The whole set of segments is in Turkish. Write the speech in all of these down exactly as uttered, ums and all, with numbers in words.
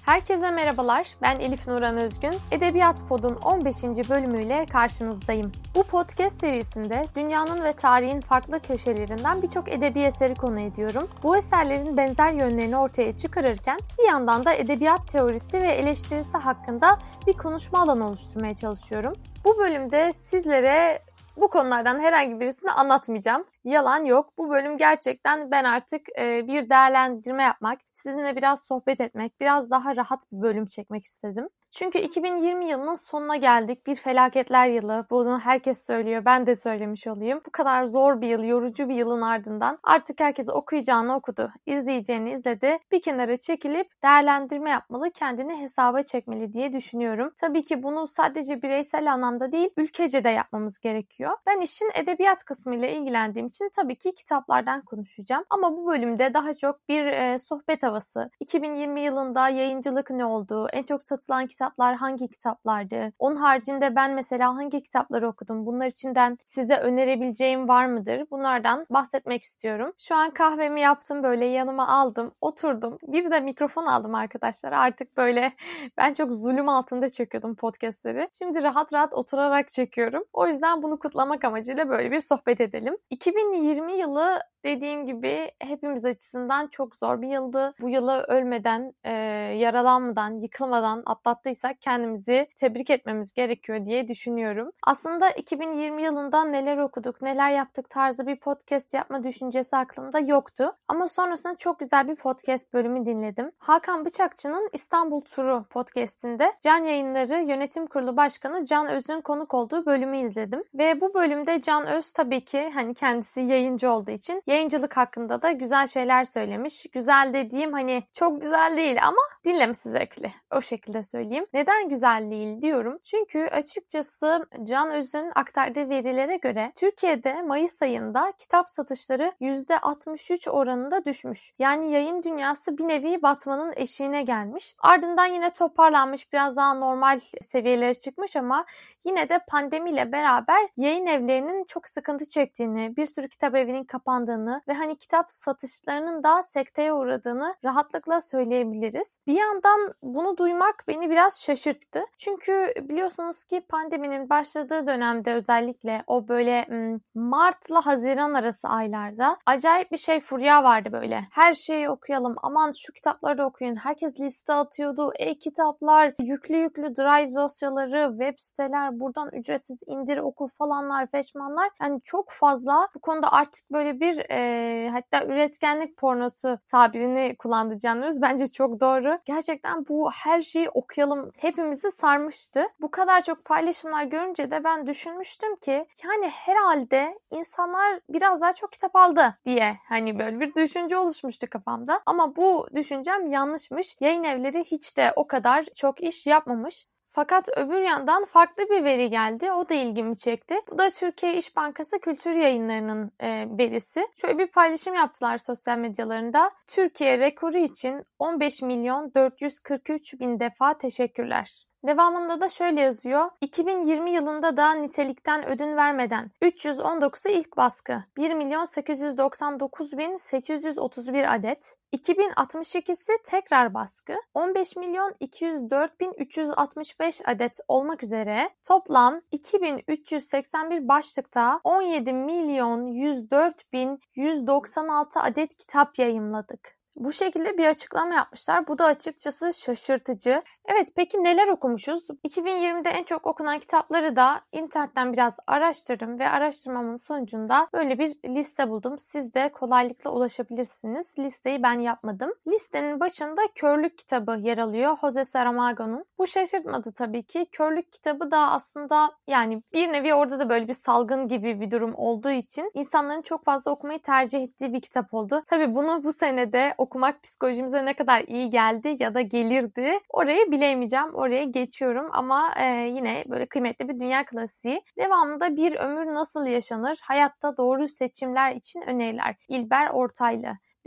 Herkese merhabalar, ben Elif Nuran Özgün. Edebiyat Pod'un on beşinci bölümüyle karşınızdayım. Bu podcast serisinde dünyanın ve tarihin farklı köşelerinden birçok edebi eseri konu ediyorum. Bu eserlerin benzer yönlerini ortaya çıkarırken bir yandan da edebiyat teorisi ve eleştirisi hakkında bir konuşma alanı oluşturmaya çalışıyorum. Bu bölümde sizlere bu konulardan herhangi birisini anlatmayacağım. Yalan yok. Bu bölüm gerçekten ben artık e, bir değerlendirme yapmak, sizinle biraz sohbet etmek, biraz daha rahat bir bölüm çekmek istedim. Çünkü iki bin yirmi yılının sonuna geldik. Bir felaketler yılı. Bunu herkes söylüyor. Ben de söylemiş olayım. Bu kadar zor bir yıl, yorucu bir yılın ardından artık herkes okuyacağını okudu, izleyeceğini izledi. Bir kenara çekilip değerlendirme yapmalı, kendini hesaba çekmeli diye düşünüyorum. Tabii ki bunu sadece bireysel anlamda değil, ülkece de yapmamız gerekiyor. Ben işin edebiyat kısmıyla ilgilendiğim için tabii ki kitaplardan konuşacağım. Ama bu bölümde daha çok bir e, sohbet havası. iki bin yirmi yılında yayıncılık ne oldu? En çok satılan kitaplar hangi kitaplardı? Onun haricinde ben mesela hangi kitapları okudum? Bunlar içinden size önerebileceğim var mıdır? Bunlardan bahsetmek istiyorum. Şu an kahvemi yaptım, böyle yanıma aldım, oturdum. Bir de mikrofon aldım arkadaşlar. Artık böyle ben çok zulüm altında çekiyordum podcastleri. Şimdi rahat rahat oturarak çekiyorum. O yüzden bunu kutlamak amacıyla böyle bir sohbet edelim. iki bin yirmi yılı dediğim gibi hepimiz açısından çok zor bir yıldı. Bu yılı ölmeden, e, yaralanmadan, yıkılmadan atlattıysak kendimizi tebrik etmemiz gerekiyor diye düşünüyorum. Aslında iki bin yirmi yılında neler okuduk, neler yaptık tarzı bir podcast yapma düşüncesi aklımda yoktu. Ama sonrasında çok güzel bir podcast bölümü dinledim. Hakan Bıçakçı'nın İstanbul Turu podcastinde Can Yayınları Yönetim Kurulu Başkanı Can Öz'ün konuk olduğu bölümü izledim. Ve bu bölümde Can Öz tabii ki hani kendisi yayıncı olduğu için yayıncılık hakkında da güzel şeyler söylemiş. Güzel dediğim hani çok güzel değil ama dinlemesi zevkli. O şekilde söyleyeyim. Neden güzel değil diyorum? Çünkü açıkçası Can Öz'ün aktardığı verilere göre Türkiye'de Mayıs ayında kitap satışları yüzde altmış üç oranında düşmüş. Yani yayın dünyası bir nevi batmanın eşiğine gelmiş. Ardından yine toparlanmış, biraz daha normal seviyelere çıkmış ama yine de pandemiyle beraber yayın evlerinin çok sıkıntı çektiğini, bir sürü kitap evinin kapandığını ve hani kitap satışlarının da sekteye uğradığını rahatlıkla söyleyebiliriz. Bir yandan bunu duymak beni biraz şaşırttı. Çünkü biliyorsunuz ki pandeminin başladığı dönemde özellikle o böyle Mart'la Haziran arası aylarda acayip bir şey furya vardı böyle. Her şeyi okuyalım, aman şu kitapları da okuyun. Herkes liste atıyordu. E-kitaplar, yüklü yüklü drive dosyaları, web siteler, buradan ücretsiz indir oku falanlar, feşmanlar. Yani çok fazla bu konuda artık böyle bir e, hatta üretkenlik pornosu tabirini kullandı Can Öz. Bence çok doğru. Gerçekten bu her şeyi okuyalım hepimizi sarmıştı. Bu kadar çok paylaşımlar görünce de ben düşünmüştüm ki yani herhalde insanlar biraz daha çok kitap aldı diye hani böyle bir düşünce oluşmuştu kafamda. Ama bu düşüncem yanlışmış. Yayın evleri hiç de o kadar çok iş yapmamış. Fakat öbür yandan farklı bir veri geldi. O da ilgimi çekti. Bu da Türkiye İş Bankası Kültür Yayınları'nın e, verisi. Şöyle bir paylaşım yaptılar sosyal medyalarında. Türkiye rekoru için on beş milyon dört yüz kırk üç bin defa teşekkürler. Devamında da şöyle yazıyor. iki bin yirmi yılında da nitelikten ödün vermeden üç yüz on dokuzu ilk baskı, bir milyon sekiz yüz doksan dokuz bin sekiz yüz otuz bir adet, iki bin altmış ikisi tekrar baskı, on beş milyon iki yüz dört bin üç yüz altmış beş adet olmak üzere toplam iki bin üç yüz seksen bir başlıkta on yedi milyon yüz dört bin yüz doksan altı adet kitap yayımladık. Bu şekilde bir açıklama yapmışlar. Bu da açıkçası şaşırtıcı. Evet, peki neler okumuşuz? iki bin yirmide en çok okunan kitapları da internetten biraz araştırdım ve araştırmamın sonucunda böyle bir liste buldum. Siz de kolaylıkla ulaşabilirsiniz. Listeyi ben yapmadım. Listenin başında Körlük kitabı yer alıyor. Jose Saramago'nun. Bu şaşırtmadı tabii ki. Körlük kitabı da aslında yani bir nevi orada da böyle bir salgın gibi bir durum olduğu için insanların çok fazla okumayı tercih ettiği bir kitap oldu. Tabii bunu bu senede okumak psikolojimize ne kadar iyi geldi ya da gelirdi orayı bilemeyeceğim. Oraya geçiyorum ama e, yine böyle kıymetli bir dünya klasiği. Devamında Bir Ömür Nasıl Yaşanır? Hayatta Doğru Seçimler için Öneriler. İlber Ortaylı.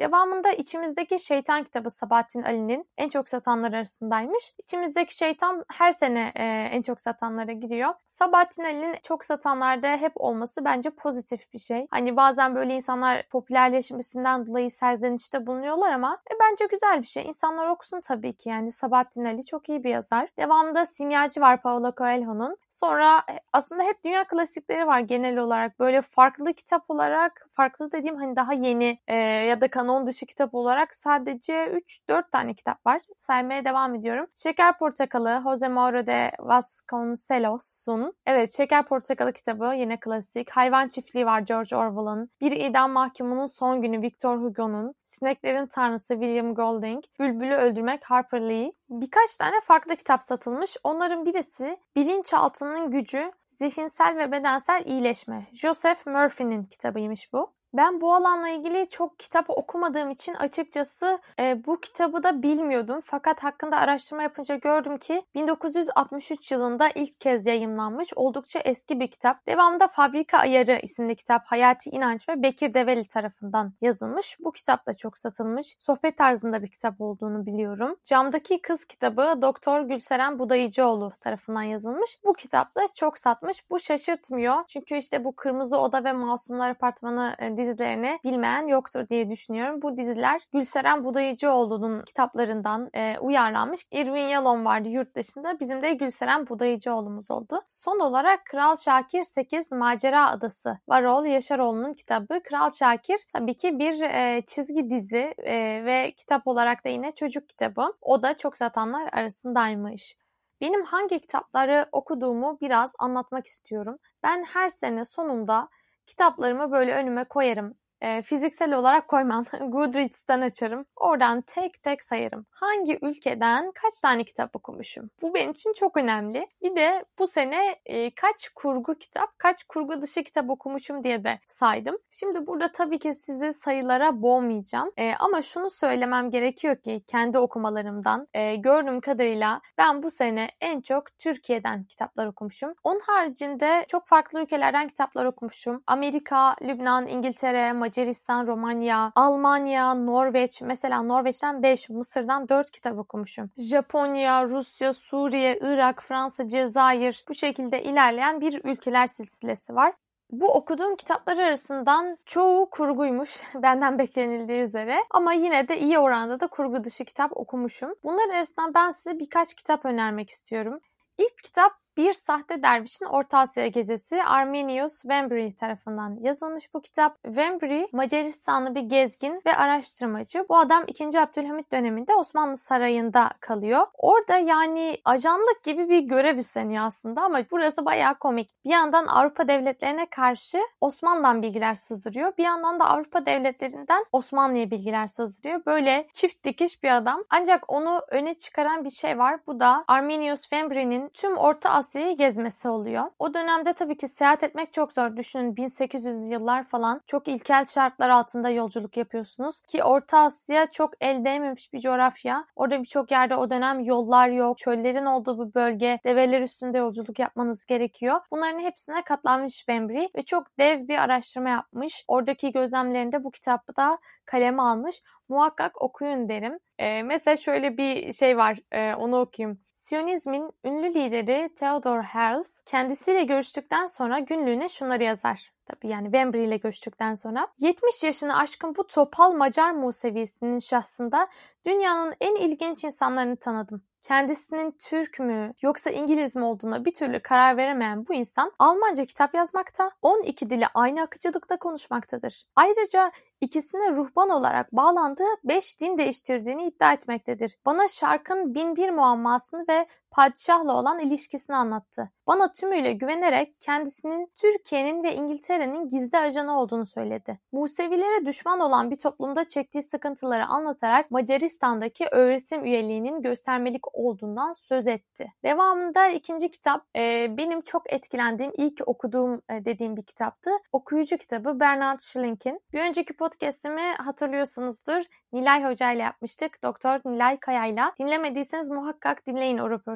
Devamında İçimizdeki Şeytan kitabı Sabahattin Ali'nin en çok satanlar arasındaymış. İçimizdeki Şeytan her sene e, en çok satanlara giriyor. Sabahattin Ali'nin çok satanlarda hep olması bence pozitif bir şey. Hani bazen böyle insanlar popülerleşmesinden dolayı serzenişte bulunuyorlar ama e, bence güzel bir şey. İnsanlar okusun tabii ki, yani Sabahattin Ali çok iyi bir yazar. Devamında Simyacı var Paulo Coelho'nun. Sonra e, aslında hep dünya klasikleri var genel olarak. Böyle farklı kitap olarak, farklı dediğim hani daha yeni e, ya da kanon dışı kitap olarak sadece üç dört tane kitap var. Saymaya devam ediyorum. Şeker Portakalı, Jose Mauro de Vasconcelos'un. Evet, Şeker Portakalı kitabı yine klasik. Hayvan Çiftliği var George Orwell'ın. Bir idam mahkumunun son günü Victor Hugo'nun. Sineklerin Tanrısı William Golding. Bülbülü Öldürmek Harper Lee. Birkaç tane farklı kitap satılmış. Onların birisi Bilinçaltının Gücü, Zihinsel ve Bedensel İyileşme. Joseph Murphy'nin kitabıymış bu. Ben bu alanla ilgili çok kitap okumadığım için açıkçası e, bu kitabı da bilmiyordum. Fakat hakkında araştırma yapınca gördüm ki bin dokuz yüz altmış üç yılında ilk kez yayımlanmış. Oldukça eski bir kitap. Devamında Fabrika Ayarı isimli kitap Hayati İnanç ve Bekir Develi tarafından yazılmış. Bu kitap da çok satılmış. Sohbet tarzında bir kitap olduğunu biliyorum. Camdaki Kız kitabı Doktor Gülseren Budayıcıoğlu tarafından yazılmış. Bu kitap da çok satmış. Bu şaşırtmıyor. Çünkü işte bu Kırmızı Oda ve Masumlar Apartmanı e, dizilerini bilmeyen yoktur diye düşünüyorum. Bu diziler Gülseren Budayıcıoğlu'nun kitaplarından e, uyarlanmış. Irvin Yalom vardı yurt dışında. Bizim de Gülseren Budayıcıoğlu'muz oldu. Son olarak Kral Şakir sekiz Macera Adası. Varol Yaşaroğlu'nun kitabı. Kral Şakir tabii ki bir e, çizgi dizi e, ve kitap olarak da yine çocuk kitabı. O da çok satanlar arasındaymış. Benim hangi kitapları okuduğumu biraz anlatmak istiyorum. Ben her sene sonunda kitaplarımı böyle önüme koyarım. E, fiziksel olarak koymam. Goodreads'ten açarım. Oradan tek tek sayarım. Hangi ülkeden kaç tane kitap okumuşum? Bu benim için çok önemli. Bir de bu sene e, kaç kurgu kitap, kaç kurgu dışı kitap okumuşum diye de saydım. Şimdi burada tabii ki sizi sayılara boğmayacağım. E, ama şunu söylemem gerekiyor ki kendi okumalarımdan e, gördüğüm kadarıyla ben bu sene en çok Türkiye'den kitaplar okumuşum. Onun haricinde çok farklı ülkelerden kitaplar okumuşum. Amerika, Lübnan, İngiltere, Macaristan, Romanya, Almanya, Norveç. Mesela Norveç'ten beş, Mısır'dan dört kitap okumuşum. Japonya, Rusya, Suriye, Irak, Fransa, Cezayir, bu şekilde ilerleyen bir ülkeler silsilesi var. Bu okuduğum kitaplar arasından çoğu kurguymuş benden beklenildiği üzere ama yine de iyi oranda da kurgu dışı kitap okumuşum. Bunlar arasından ben size birkaç kitap önermek istiyorum. İlk kitap Bir Sahte Dervişin Orta Asya Gezisi, Arminius Vambury tarafından yazılmış bu kitap. Vambury, Macaristanlı bir gezgin ve araştırmacı. Bu adam ikinci. Abdülhamit döneminde Osmanlı Sarayı'nda kalıyor. Orada yani ajanlık gibi bir görev üstleniyor aslında ama burası bayağı komik. Bir yandan Avrupa devletlerine karşı Osmanlı'dan bilgiler sızdırıyor. Bir yandan da Avrupa devletlerinden Osmanlı'ya bilgiler sızdırıyor. Böyle çift dikiş bir adam. Ancak onu öne çıkaran bir şey var. Bu da Arminius Vambury'nin tüm Orta Asya'yı gezmesi oluyor. O dönemde tabii ki seyahat etmek çok zor. Düşünün bin sekiz yüzlü yıllar falan çok ilkel şartlar altında yolculuk yapıyorsunuz. Ki Orta Asya çok el değmemiş bir coğrafya. Orada birçok yerde o dönem yollar yok. Çöllerin olduğu bir bölge. Develer üstünde yolculuk yapmanız gerekiyor. Bunların hepsine katlanmış Vambury ve çok dev bir araştırma yapmış. Oradaki gözlemlerini de bu kitapta kaleme almış. Muhakkak okuyun derim. Ee, mesela şöyle bir şey var. Ee, onu okuyayım. Siyonizmin ünlü lideri Theodor Herzl kendisiyle görüştükten sonra günlüğüne şunları yazar. Tabii yani Vambury ile görüştükten sonra. yetmiş yaşını aşkın bu topal Macar Musevisinin şahsında dünyanın en ilginç insanlarını tanıdım. Kendisinin Türk mü yoksa İngiliz mi olduğuna bir türlü karar veremeyen bu insan Almanca kitap yazmakta, on iki dili aynı akıcılıkta konuşmaktadır. Ayrıca ikisine ruhban olarak bağlandığı beş din değiştirdiğini iddia etmektedir. Bana şarkın bin bir muammasını ve padişahla olan ilişkisini anlattı. Bana tümüyle güvenerek kendisinin Türkiye'nin ve İngiltere'nin gizli ajanı olduğunu söyledi. Musevilere düşman olan bir toplumda çektiği sıkıntıları anlatarak Macaristan'daki öğretim üyeliğinin göstermelik olduğundan söz etti. Devamında ikinci kitap e, benim çok etkilendiğim, ilk okuduğum e, dediğim bir kitaptı. Okuyucu kitabı Bernard Schlink'in. Bir önceki podcast'imi hatırlıyorsunuzdur. Nilay Hoca ile yapmıştık. Doktor Nilay Kaya ile. Dinlemediyseniz muhakkak dinleyin o röportajı.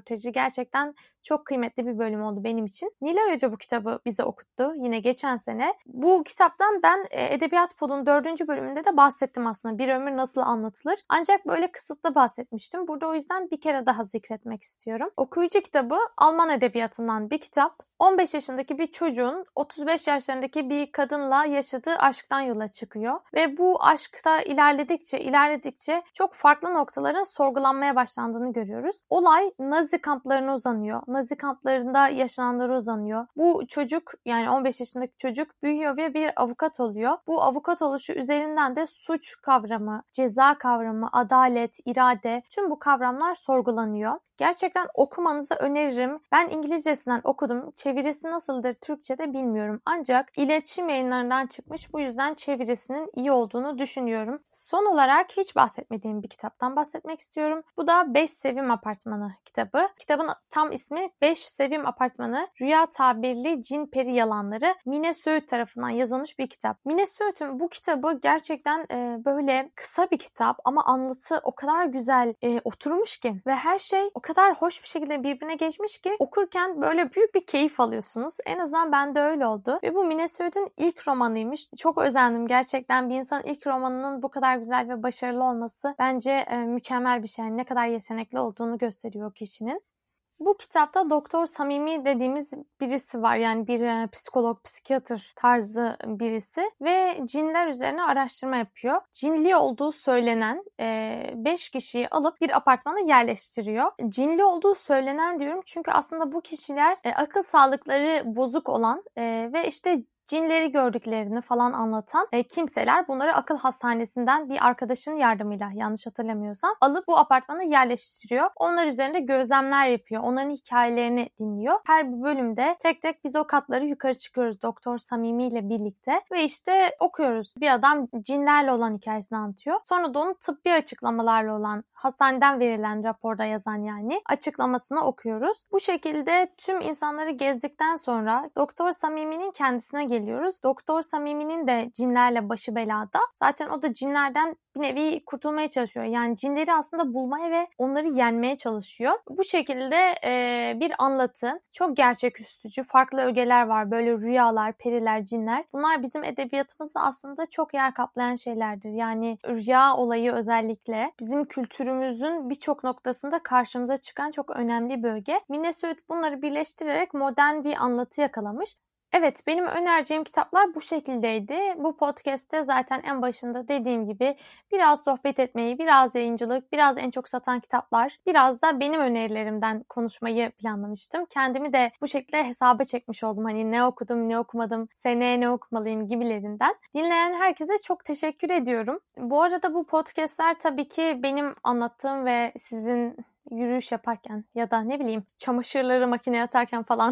röportajı gerçekten çok kıymetli bir bölüm oldu benim için. Nilay Hoca bu kitabı bize okuttu yine geçen sene. Bu kitaptan ben Edebiyat Pod'un dördüncü bölümünde de bahsettim aslında. Bir ömür nasıl anlatılır? Ancak böyle kısıtlı bahsetmiştim. Burada o yüzden bir kere daha zikretmek istiyorum. Okuyucu kitabı Alman edebiyatından bir kitap. on beş yaşındaki bir çocuğun otuz beş yaşlarındaki bir kadınla yaşadığı aşktan yola çıkıyor. Ve bu aşkta ilerledikçe ilerledikçe çok farklı noktaların sorgulanmaya başlandığını görüyoruz. Olay Nazi kamplarına uzanıyor. Nazi kamplarında yaşananlara uzanıyor. Bu çocuk, yani on beş yaşındaki çocuk büyüyor ve bir avukat oluyor. Bu avukat oluşu üzerinden de suç kavramı, ceza kavramı, adalet, irade, tüm bu kavramlar sorgulanıyor. Gerçekten okumanızı öneririm. Ben İngilizcesinden okudum. Çevirisi nasıldır Türkçe'de bilmiyorum. Ancak iletişim yayınlarından çıkmış. Bu yüzden çevirisinin iyi olduğunu düşünüyorum. Son olarak hiç bahsetmediğim bir kitaptan bahsetmek istiyorum. Bu da Beş Sevim Apartmanı kitabı. Kitabın tam ismi Beş Sevim Apartmanı. Rüya tabirli cin peri yalanları. Mine Söğüt tarafından yazılmış bir kitap. Mine Söğüt'ün bu kitabı gerçekten e, böyle kısa bir kitap ama anlatı o kadar güzel e, oturmuş ki ve her şey o kadar hoş bir şekilde birbirine geçmiş ki okurken böyle büyük bir keyif alıyorsunuz. En azından bende öyle oldu. Ve bu Mine Söğüt'ün ilk romanıymış. Çok özendim gerçekten. Bir insanın ilk romanının bu kadar güzel ve başarılı olması bence e, mükemmel bir şey. Yani ne kadar yetenekli olduğunu gösteriyor kişinin. Bu kitapta Doktor Samimi dediğimiz birisi var. Yani bir e, psikolog, psikiyatr tarzı birisi ve cinler üzerine araştırma yapıyor. Cinli olduğu söylenen beş e, kişiyi alıp bir apartmana yerleştiriyor. Cinli olduğu söylenen diyorum çünkü aslında bu kişiler e, akıl sağlıkları bozuk olan e, ve işte cinleri gördüklerini falan anlatan e, kimseler bunları akıl hastanesinden bir arkadaşının yardımıyla, yanlış hatırlamıyorsam, alıp bu apartmana yerleştiriyor. Onlar üzerinde gözlemler yapıyor. Onların hikayelerini dinliyor. Her bir bölümde tek tek biz o katları yukarı çıkıyoruz Doktor Samimi ile birlikte ve işte okuyoruz. Bir adam cinlerle olan hikayesini anlatıyor. Sonra da onun tıbbi açıklamalarla olan, hastaneden verilen raporda yazan yani açıklamasını okuyoruz. Bu şekilde tüm insanları gezdikten sonra Doktor Samimi'nin kendisine geliyoruz. geliyoruz. Doktor Samimi'nin de cinlerle başı belada. Zaten o da cinlerden bir nevi kurtulmaya çalışıyor. Yani cinleri aslında bulmaya ve onları yenmeye çalışıyor. Bu şekilde e, bir anlatı. Çok gerçeküstücü. Farklı ögeler var. Böyle rüyalar, periler, cinler. Bunlar bizim edebiyatımızda aslında çok yer kaplayan şeylerdir. Yani rüya olayı özellikle bizim kültürümüzün birçok noktasında karşımıza çıkan çok önemli bir öge. Mine Söğüt bunları birleştirerek modern bir anlatı yakalamış. Evet, benim önereceğim kitaplar bu şekildeydi. Bu podcast'te zaten en başında dediğim gibi biraz sohbet etmeyi, biraz yayıncılık, biraz en çok satan kitaplar, biraz da benim önerilerimden konuşmayı planlamıştım. Kendimi de bu şekilde hesaba çekmiş oldum. Hani ne okudum, ne okumadım, seneye ne okumalıyım gibilerinden. Dinleyen herkese çok teşekkür ediyorum. Bu arada bu podcast'ler tabii ki benim anlattığım ve sizin yürüyüş yaparken ya da ne bileyim çamaşırları makineye atarken falan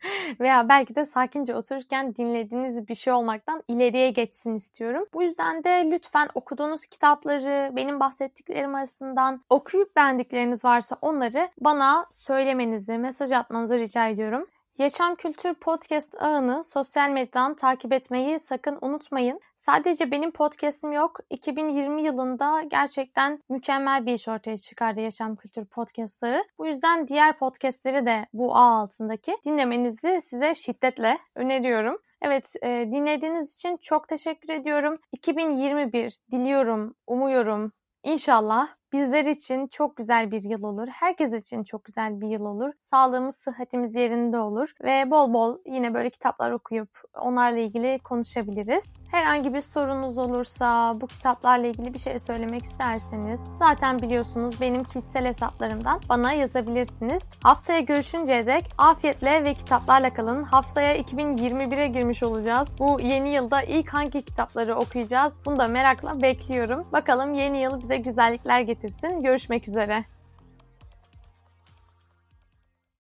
veya belki de sakince otururken dinlediğiniz bir şey olmaktan ileriye geçsin istiyorum. Bu yüzden de lütfen okuduğunuz kitapları benim bahsettiklerim arasından okuyup beğendikleriniz varsa onları bana söylemenizi, mesaj atmanızı rica ediyorum. Yaşam Kültür Podcast ağını sosyal medyadan takip etmeyi sakın unutmayın. Sadece benim podcast'im yok. iki bin yirmi yılında gerçekten mükemmel bir iş ortaya çıkardı Yaşam Kültür Podcast ağı. Bu yüzden diğer podcast'leri de bu ağ altındaki dinlemenizi size şiddetle öneriyorum. Evet, e, dinlediğiniz için çok teşekkür ediyorum. iki bin yirmi bir diliyorum, umuyorum, İnşallah bizler için çok güzel bir yıl olur. Herkes için çok güzel bir yıl olur. Sağlığımız, sıhhatimiz yerinde olur. Ve bol bol yine böyle kitaplar okuyup onlarla ilgili konuşabiliriz. Herhangi bir sorunuz olursa, bu kitaplarla ilgili bir şey söylemek isterseniz zaten biliyorsunuz benim kişisel hesaplarımdan bana yazabilirsiniz. Haftaya görüşünceye dek afiyetle ve kitaplarla kalın. Haftaya iki bin yirmi bire girmiş olacağız. Bu yeni yılda ilk hangi kitapları okuyacağız? Bunu da merakla bekliyorum. Bakalım yeni yıl bize güzellikler getirsin. Görüşmek üzere.